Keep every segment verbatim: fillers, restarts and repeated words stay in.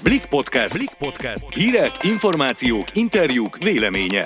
Blik Podcast. Blik Podcast. Hírek, információk, interjúk, véleménye.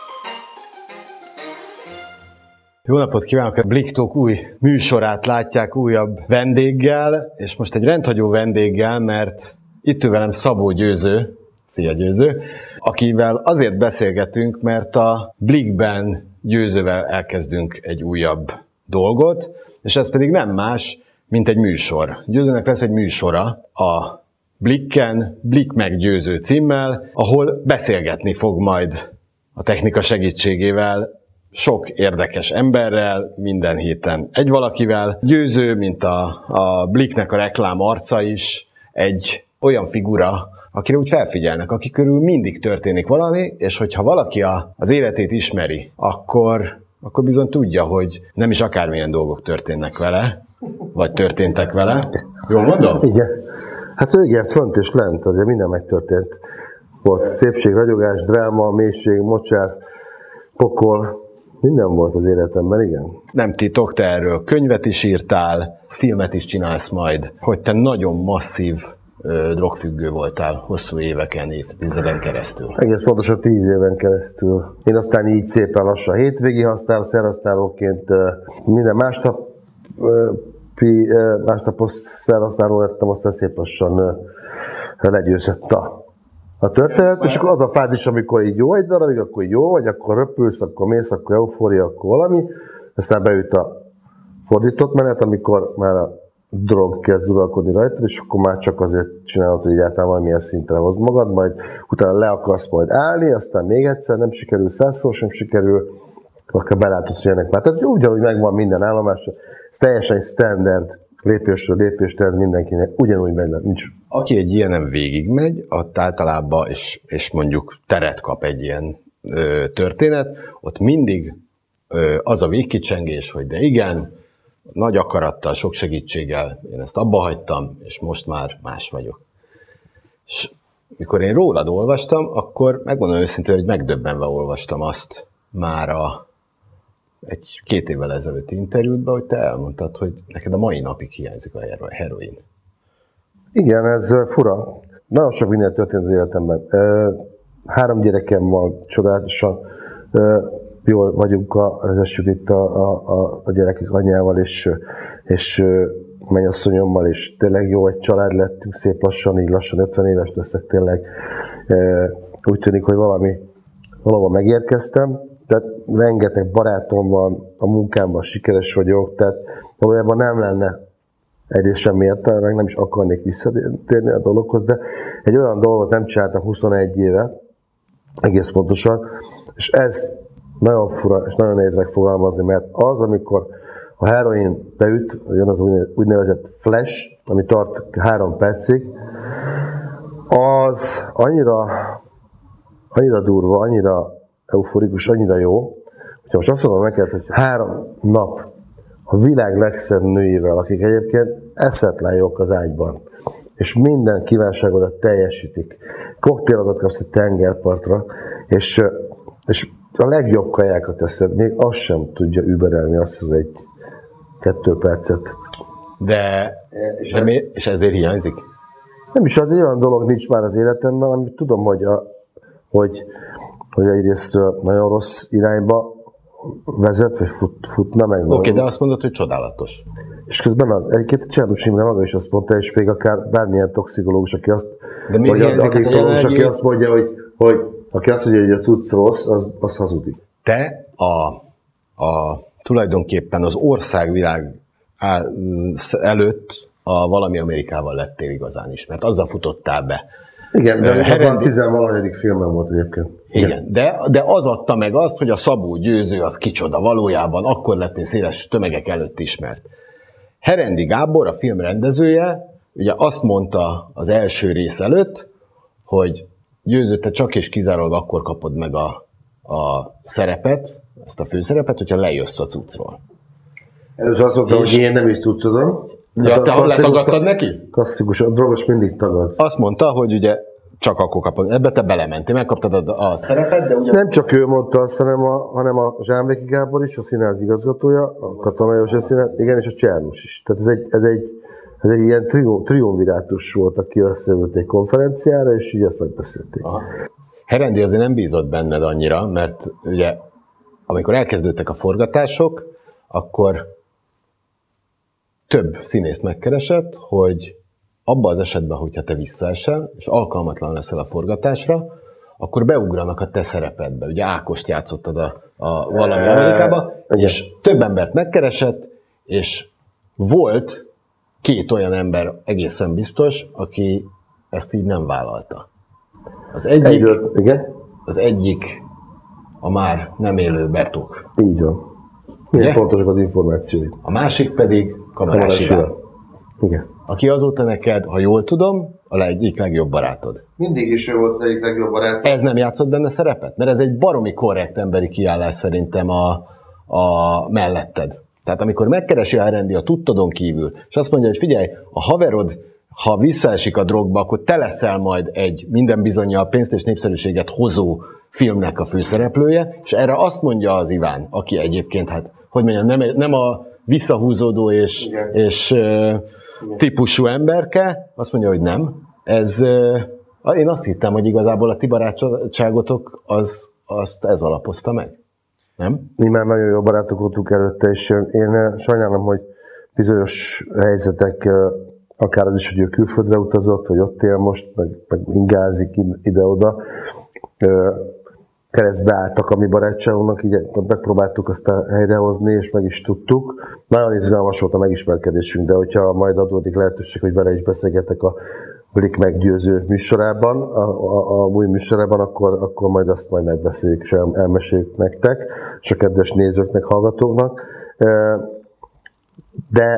Jó napot kívánok! A Blik Talk új műsorát látják újabb vendéggel, és most egy rendhagyó vendéggel, mert itt ül velem Szabó Győző, szia Győző, akivel azért beszélgetünk, mert a Blikben Győzővel elkezdünk egy újabb dolgot, és ez pedig nem más, mint egy műsor. Győzőnek lesz egy műsora a Blikken, Blik meg Győző címmel, ahol beszélgetni fog majd a technika segítségével sok érdekes emberrel, minden héten egy valakivel. Győző, mint a, a Bliknek a reklám arca is, egy olyan figura, akire úgy felfigyelnek, aki körül mindig történik valami, és hogyha valaki a, az életét ismeri, akkor, akkor bizony tudja, hogy nem is akármilyen dolgok történnek vele, vagy történtek vele. Jól mondom? Igen. Hát igen, fönt és lent azért minden megtörtént. Volt szépség, ragyogás, dráma, mélység, mocsár, pokol, minden volt az életemben, igen. Nem titok, te erről könyvet is írtál, filmet is csinálsz majd, hogy te nagyon masszív ö, drogfüggő voltál hosszú éveken, évtizeden keresztül. Egész pontosan tíz éven keresztül. Én aztán így szépen lassan hétvégi használó, szerhasználóként minden másnap, másnapos szerhasználó lettem, aztán szép lassan legyőzött a a történet, és akkor az a fád is, amikor így jó egy darabig, akkor így jó vagy, akkor röpülsz, akkor mész, akkor eufória, akkor valami, aztán beüt a fordított menet, amikor már a drog kezd uralkodni rajta, és akkor már csak azért csinálod, hogy egyáltalán valamilyen szintre hozd magad, majd utána le akarsz majd állni, aztán még egyszer nem sikerül, százszor sem sikerül, akkor belátod, hogy ennek már. Tehát ugyanúgy megvan minden állomás, ez teljesen egy standard lépésről lépésre, ez mindenkinek ugyanúgy megy, nincs. Aki egy ilyenem végigmegy, ott általában, és, és mondjuk teret kap egy ilyen ö, történet, ott mindig ö, az a végkicsengés, hogy de igen, nagy akarattal, sok segítséggel én ezt abba hagytam, és most már más vagyok. És mikor én rólad olvastam, akkor megmondom őszintén, hogy megdöbbenve olvastam azt már a egy két évvel ezelőtti interjútban, hogy te elmondtad, hogy neked a mai napig hiányzik a heroin. Igen, ez fura. Nagyon sok minden történt az életemben. Három gyerekem van, csodálatosan jól vagyunk a rezessük itt a, a, a gyerekek anyjával, és, és mennyasszonyommal, és tényleg jó egy család lettünk, szép lassan, így lassan ötven éves leszek tényleg. Úgy tűnik, hogy valami, valahol megérkeztem. Tehát rengeteg barátom van, a munkámban sikeres vagyok, tehát valójában nem lenne egyrészt sem értelme, meg nem is akarnék visszatérni a dologhoz, de egy olyan dolgot nem csináltam huszonegy éve, egész pontosan, és ez nagyon fura, és nagyon nehéz megfogalmazni, mert az, amikor a heroin beüt, jön az úgynevezett flash, ami tart három percig, az annyira, annyira durva, annyira euforikus, annyira jó, hogyha most azt mondom neked, hogy három nap a világ legszebb nőivel, akik egyébként eszetlen jók az ágyban, és minden kívánságodat teljesítik. Koktélokat kapsz a tengerpartra, és, és a legjobb kajákat eszed, még azt sem tudja überelni azt az egy kettő percet. De, és, de ez, mi, és ezért hiányzik? Nem is, az egy olyan dolog nincs már az életemben, amit tudom, hogy, a, hogy hogy egyrészt nagyon rossz irányba vezet, vagy fut, futna meg. Oké, okay, de azt mondod, hogy csodálatos. És közben az, egyébként Csernus Imre maga is azt mondta, és még akár bármilyen toxikológus, aki azt, de vagy addiktológus, aki azt mondja, hogy, hogy aki azt mondja, hogy a cucc rossz, az, az hazudik. Te a, a tulajdonképpen az országvilág előtt a Valami Amerikával lettél igazán is, mert azzal futottál be. Igen, de uh, az a tizenvalanyadik filmem volt egyébként. Igen, Igen. De, de az adta meg azt, hogy a Szabó Győző az kicsoda valójában, akkor lettél széles tömegek előtt ismert. Herendi Gábor, a film rendezője, ugye azt mondta az első rész előtt, hogy Győző, te csak és kizárólag akkor kapod meg a, a szerepet, ezt a főszerepet, hogyha lejössz a cuccról. Először azt mondta, hogy én nem is cuccozom. Ja, te letagadtad neki? Klasszikus, a drogos mindig tagad. Azt mondta, hogy ugye csak akkor kapod. Ebbe te belementél, megkaptad a, a szerepet, de ugye... Nem csak ő mondta azt, hanem a, hanem a Zsámbéki Gábor is, a színház igazgatója, a Katona József színház, igen, és a Csernus is. Tehát ez egy, ez egy ez egy ilyen trium, triumvirátus volt, aki összeült egy konferenciára, és így ezt megbeszélték. Aha. Herendi azért nem bízott benned annyira, mert ugye amikor elkezdődtek a forgatások, akkor több színészt megkeresett, hogy abban az esetben, hogyha te visszaesel, és alkalmatlan leszel a forgatásra, akkor beugranak a te szerepedbe. Ugye Ákost játszottad a, a valami Amerikába, és több embert megkeresett, és volt két olyan ember egészen biztos, aki ezt így nem vállalta. Az egyik, Egyből, igen? az egyik a már nem élő Bertók. Így van. Milyen pontosak az információid. A másik pedig Kamarás Iván. Igen. Aki azóta neked, ha jól tudom, a egyik legjobb barátod. Mindig is ő volt az egyik legjobb barát. Ez nem játszott benne szerepet? Mert ez egy baromi korrekt emberi kiállás szerintem a, a melletted. Tehát amikor megkeresi a Herendi a tudtadon kívül, és azt mondja, hogy figyelj, a haverod, ha visszaesik a drogba, akkor te leszel majd egy minden bizonnyal pénzt és népszerűséget hozó filmnek a főszereplője, és erre azt mondja az Iván, aki egyébként, hát, hogy mondjam, nem, nem a visszahúzódó és, és uh, típusú emberke, azt mondja, hogy nem. Ez, uh, én azt hittem, hogy igazából a ti barátságotok az, azt ez alapozta meg. Nem? Mi már nagyon jó barátok voltunk előtte, és én sajnálom, hogy bizonyos helyzetek, akár az is, hogy ő külföldre utazott, vagy ott él most, meg, meg ingázik ide-oda, keresztbe álltak a mi barátságunknak, így megpróbáltuk azt helyrehozni, és meg is tudtuk. Nagyon izgalmas volt a megismerkedésünk, de hogyha majd adódik lehetőség, hogy vele is beszélgetek a Blik meggyőző műsorában, a, a, a új műsorában, akkor, akkor majd azt majd megbeszéljük, és el, elmeséljük nektek, és a kedves nézőknek, hallgatóknak. De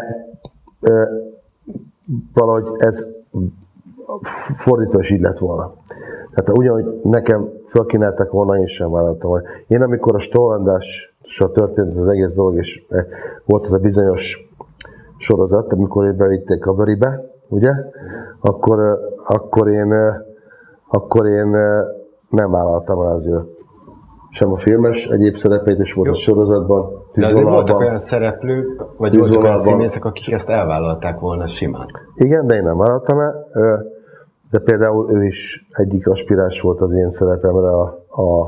valahogy ez fordítva is így lett volna. Tehát ugyanúgy nekem felkínáltak volna, én sem vállaltam. Én amikor a stollandással történt az egész dolog, és volt az a bizonyos sorozat, amikor őt bevitték a Böribe, ugye? Akkor, akkor, én, akkor én nem vállaltam el az ő sem a filmes egyéb szerepét, és volt a sorozatban. De azért voltak olyan szereplők, vagy voltak olyan színészek, akik ezt elvállalták volna simán. Igen, de én nem vállaltam el. De például ő is egyik aspiráns volt az én szerepemre a, a,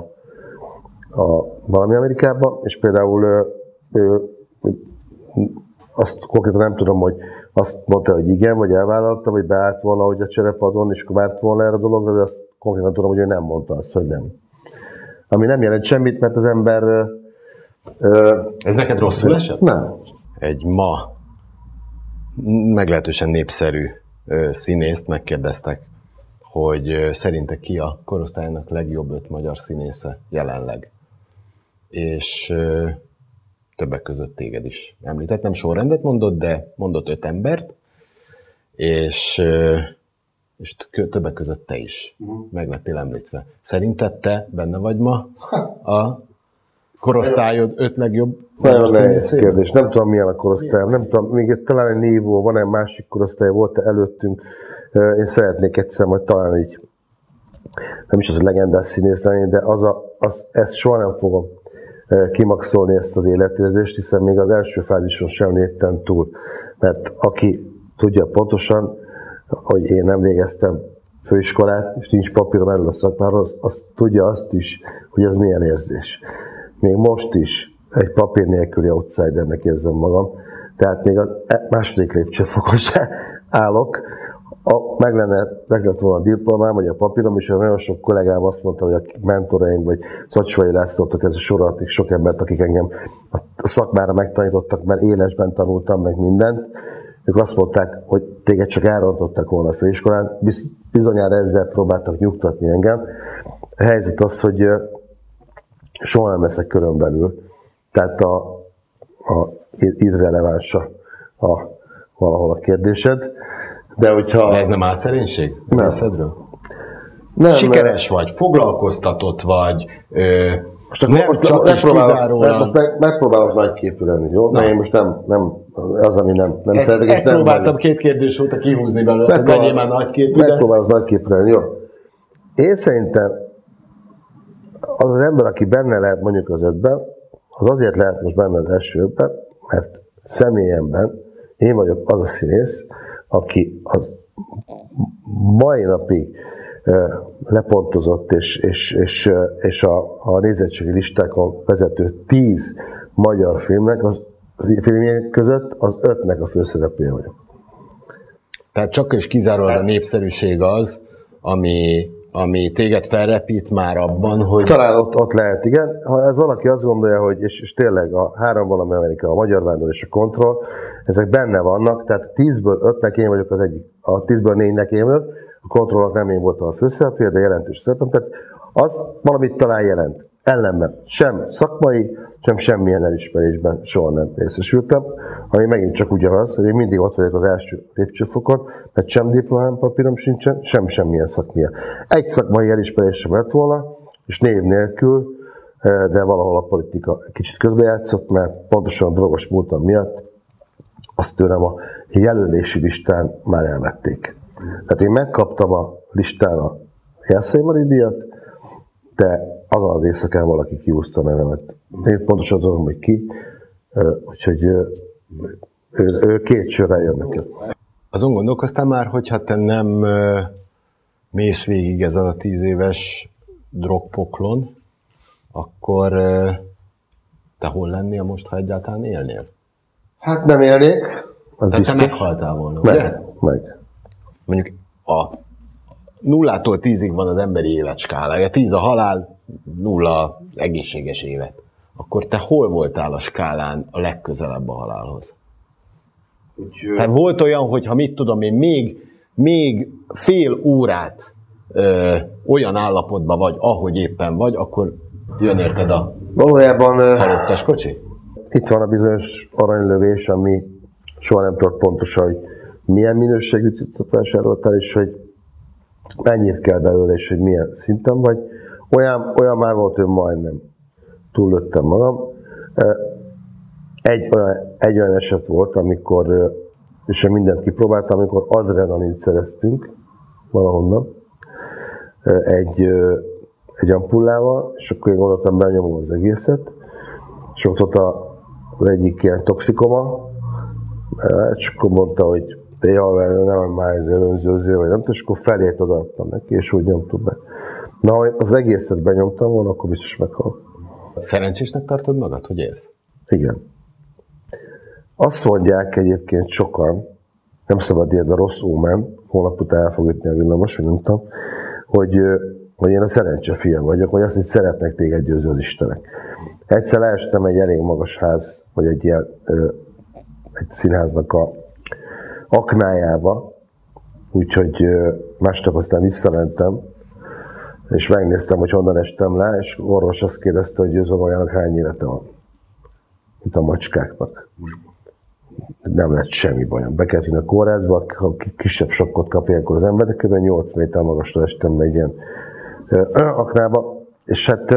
a valami Amerikában, és például ő, ő, azt konkrétan nem tudom, hogy azt mondta, hogy igen, vagy elvállalta, vagy beállt volna, hogy a cserepadon, és várt volna erre a dologra, de azt konkrétan tudom, hogy ő nem mondta azt, hogy nem. Ami nem jelent semmit, mert az ember... Ö, Ez neked rosszul esett? Nem. Egy ma meglehetősen népszerű ö, színészt megkérdeztek, hogy ö, szerinte ki a korosztálynak legjobb öt magyar színésze jelenleg. És ö, többek között téged is említett. Nem sorrendet mondott, de mondott öt embert, és, ö, és többek között te is uh-huh. meg lettél említve. Szerinted te benne vagy ma a korosztályod öt legjobb nagyon nehéz kérdés. Nem tudom, milyen a korosztály. Nem tudom, még talán egy névó, van-e másik korosztály, volt-e előttünk. Én szeretnék egyszer majd talán így, nem is az, hogy legendás színész lenni, de az a, az, ezt soha nem fogom kimaxolni, ezt az életérzést, hiszen még az első fázison sem léptem túl. Mert aki tudja pontosan, hogy én nem végeztem főiskolát, és nincs papírom erről a szakmáról, az, az tudja azt is, hogy ez milyen érzés. Még most is egy papír nélküli outsidernek érzem magam, tehát még a második lépcsőfokon se állok. A, meg, lenne, meg lett volna a diplomám, vagy a papírom, és nagyon sok kollégám azt mondta, hogy a mentoraim, vagy Szacsvai Lászlótok ez a sorat, és sok embert, akik engem a szakmára megtanítottak, mert élesben tanultam meg mindent, ők azt mondták, hogy téged csak elrontottak volna a főiskolán, bizonyára ezzel próbáltak nyugtatni engem. A helyzet az, hogy soha nem leszek körönbelül, tehát a, a irreleváns a, a, valahol a kérdésed. De, hogyha... De ez nem álszerénység? Nem. Nem. Sikeres vagy, foglalkoztatott vagy, ö, most nem most csak is kizárólag... Most meg, megpróbálok nagyképű lenni, jó? Na. Én most nem, nem az, ami nem, nem e, szeretek. Ezt próbáltam két kérdés óta kihúzni belőle, hogy legyél már nagyképű. Megpróbálok de... nagyképű lenni, jó? Én szerintem az az ember, aki benne lehet mondjuk az ötben, az azért lehet most benne az első ötben, mert személyemben én vagyok az a színész, aki az mai napig lepontozott, és, és, és, és a, a nézettségi listákon vezető tíz magyar filmnek, az filmjek között az ötnek a főszereplője vagyok. Tehát csak és kizárólag a népszerűség az, ami, ami téged felrepít már abban, hogy... Talán ott, ott lehet, igen. Ha ez valaki azt gondolja, hogy és, és tényleg a három valami Amerika, a Magyar Vándor és a Kontroll, ezek benne vannak, tehát tízből ötnek én vagyok az egyik, a tízből négynek én vagyok, a Kontrollnak nem én voltam a főszereplője, de jelentős szerepem, tehát az valamit talán jelent. Ellenben sem szakmai, sem semmilyen elismerésben soha nem részesültem, ami megint csak ugyanaz, hogy én mindig ott vagyok az első lépcsőfokon, mert sem diplomámpapírom sincsen, sem semmilyen szakmia. Egy szakmai elismerésem lett volna, és név nélkül, de valahol a politika kicsit közbejátszott, mert pontosan a drogos múltam miatt azt tőlem a jelölési listán már elvették. Tehát én megkaptam a listán a Jászai Mari díjat, de azon az éjszakán valaki kiúzta a nevemet. Én pontosan tudom, hogy ki, úgyhogy ő, ő, ő két sörrel jön nekem. Azon gondolkoztál már, hogyha te nem mész végig ezen a tíz éves drogpoklon, akkor te hol lennél most, ha egyáltalán élnél? Hát nem élnék, az Tehát biztos. te meghaltál volna, meg, ugye? Meg. Mondjuk a nullától tízig van az emberi életskálája, tíz a halál, nulla az egészséges élet. Akkor te hol voltál a skálán a legközelebb a halálhoz? Úgy, Tehát volt olyan, hogy ha mit tudom én, még, még fél órát ö, olyan állapotban vagy, ahogy éppen vagy, akkor jön érted a valójában halottas kocsi? Itt van a bizonyos aranylövés, ami soha nem tudott pontosan, hogy milyen minőségű cuccot vásároltál, és hogy mennyit kell belőle, és hogy milyen szinten vagy. Olyan, olyan már volt, hogy majdnem túllőttem magam. Egy olyan, egy olyan eset volt, amikor, és én mindent kipróbáltam, amikor adrenalint szereztünk valahonnan egy, egy ampullával, és akkor én gondoltam, benyomom az egészet, és ott volt az egyik ilyen toxikoma, és akkor mondta, hogy de javel, nem már ez önzőző, vagy nem tudom, és akkor felét odaadtam neki, és úgy nyomtuk be. Na, ha az egészet benyomtam volna, akkor biztos meghal. Szerencsésnek tartod magad, hogy élsz? Igen. Azt mondják egyébként sokan, nem szabad ilyet, mert rossz ómen, holnap után el fog ütni a villamos, vagy nem tudom, hogy, hogy én a szerencse fia vagyok, vagy azt, hogy szeretnek téged győzni az Istenek. Egyszer leestem egy elég magas ház, vagy egy ilyen egy színháznak a aknájába, úgyhogy másnap aztán visszamentem, és megnéztem, hogy honnan estem le, és orvos azt kérdezte, hogy győző magának hány élete van, mint a macskáknak. Nem lett semmi bajom. Be kellett vinni a kórházba, ha kisebb sokkot kap ilyenkor az ember, de kb. nyolc méter magasra estem egy ilyen aknába, és hát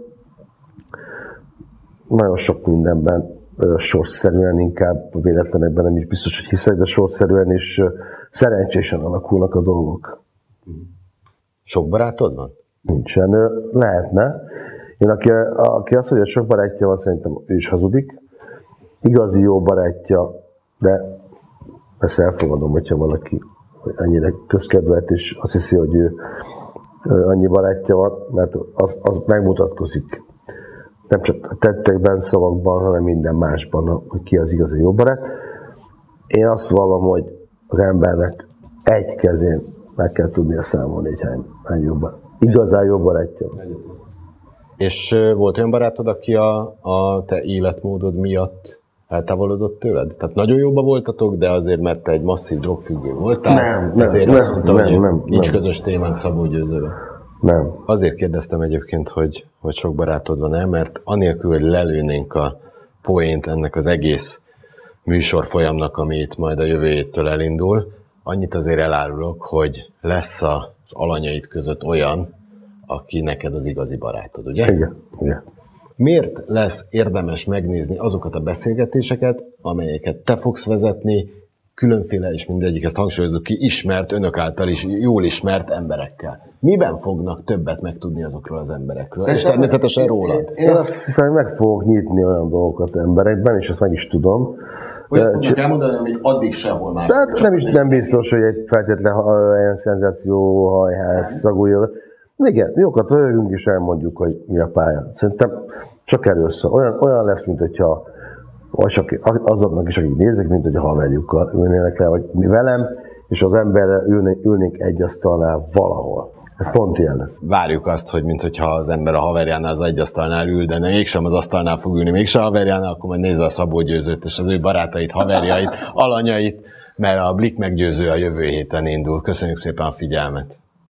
nagyon sok mindenben sorszerűen, inkább véletlenekben nem is biztos, hogy hiszek, de sorszerűen és szerencsésen alakulnak a dolgok. Sok barátod van? Nincsen. Lehetne. Én, aki, aki azt mondja, hogy sok barátja van, szerintem ő is hazudik. Igazi jó barátja, de ezt elfogadom, hogyha valaki ennyire közkedvelt, és azt hiszi, hogy ő annyi barátja van, mert az, az megmutatkozik. Nem csak tettekben, szavakban, hanem minden másban, hogy ki az igazi jó barát. Én azt vallom, hogy az embernek egy kezén meg kell tudnia számolni, hogy hány, hány jó barát. Igazán jó barátja. És volt olyan barátod, aki a, a te életmódod miatt eltávolodott tőled? Tehát nagyon jóban voltatok, de azért, mert te egy masszív drogfüggő voltál, nem, ezért nem, azt mondta, nem, hogy nem, nem, nincs nem. közös témánk Szabó Győzővel. Nem. Azért kérdeztem egyébként, hogy, hogy sok barátod van-e, mert anélkül, hogy lelőnénk a poént ennek az egész műsorfolyamnak, ami itt majd a jövő héttől elindul, annyit azért elárulok, hogy lesz az alanyaid között olyan, aki neked az igazi barátod, ugye? Igen, igen. Miért lesz érdemes megnézni azokat a beszélgetéseket, amelyeket te fogsz vezetni, különféle, és mindegyik, ezt hangsúlyozok ki, ismert, önök által is jól ismert emberekkel? Miben fognak többet megtudni azokról az emberekről? És természetesen rólad. Én azt hiszem, hogy meg fogok nyitni olyan dolgokat emberekben, és ezt meg is tudom, Olyat tudnak elmondani, amit addig sehol már. Tehát nem is nem biztos, hogy egy feltétlen olyan szenzáció hajház szagúja. Igen, jókat röhögünk és elmondjuk, hogy mi a pálya. Szerintem csak erről szól. Olyan, olyan lesz, mint hogyha azoknak is, akik nézik, mint hogy a haverjukkal ülnének le, vagy mi velem, és az emberrel ülnék, ülnék egy asztalnál valahol. Ez pont ilyen lesz. Várjuk azt, hogy mintha az ember a haverjánál az egy asztalnál ül, de mégsem az asztalnál fog ülni, mégsem a haverjánál, akkor majd nézze a Szabó Győzőt és az ő barátait, haverjait, alanyait, mert a Blik meggyőző a jövő héten indul. Köszönjük szépen a figyelmet!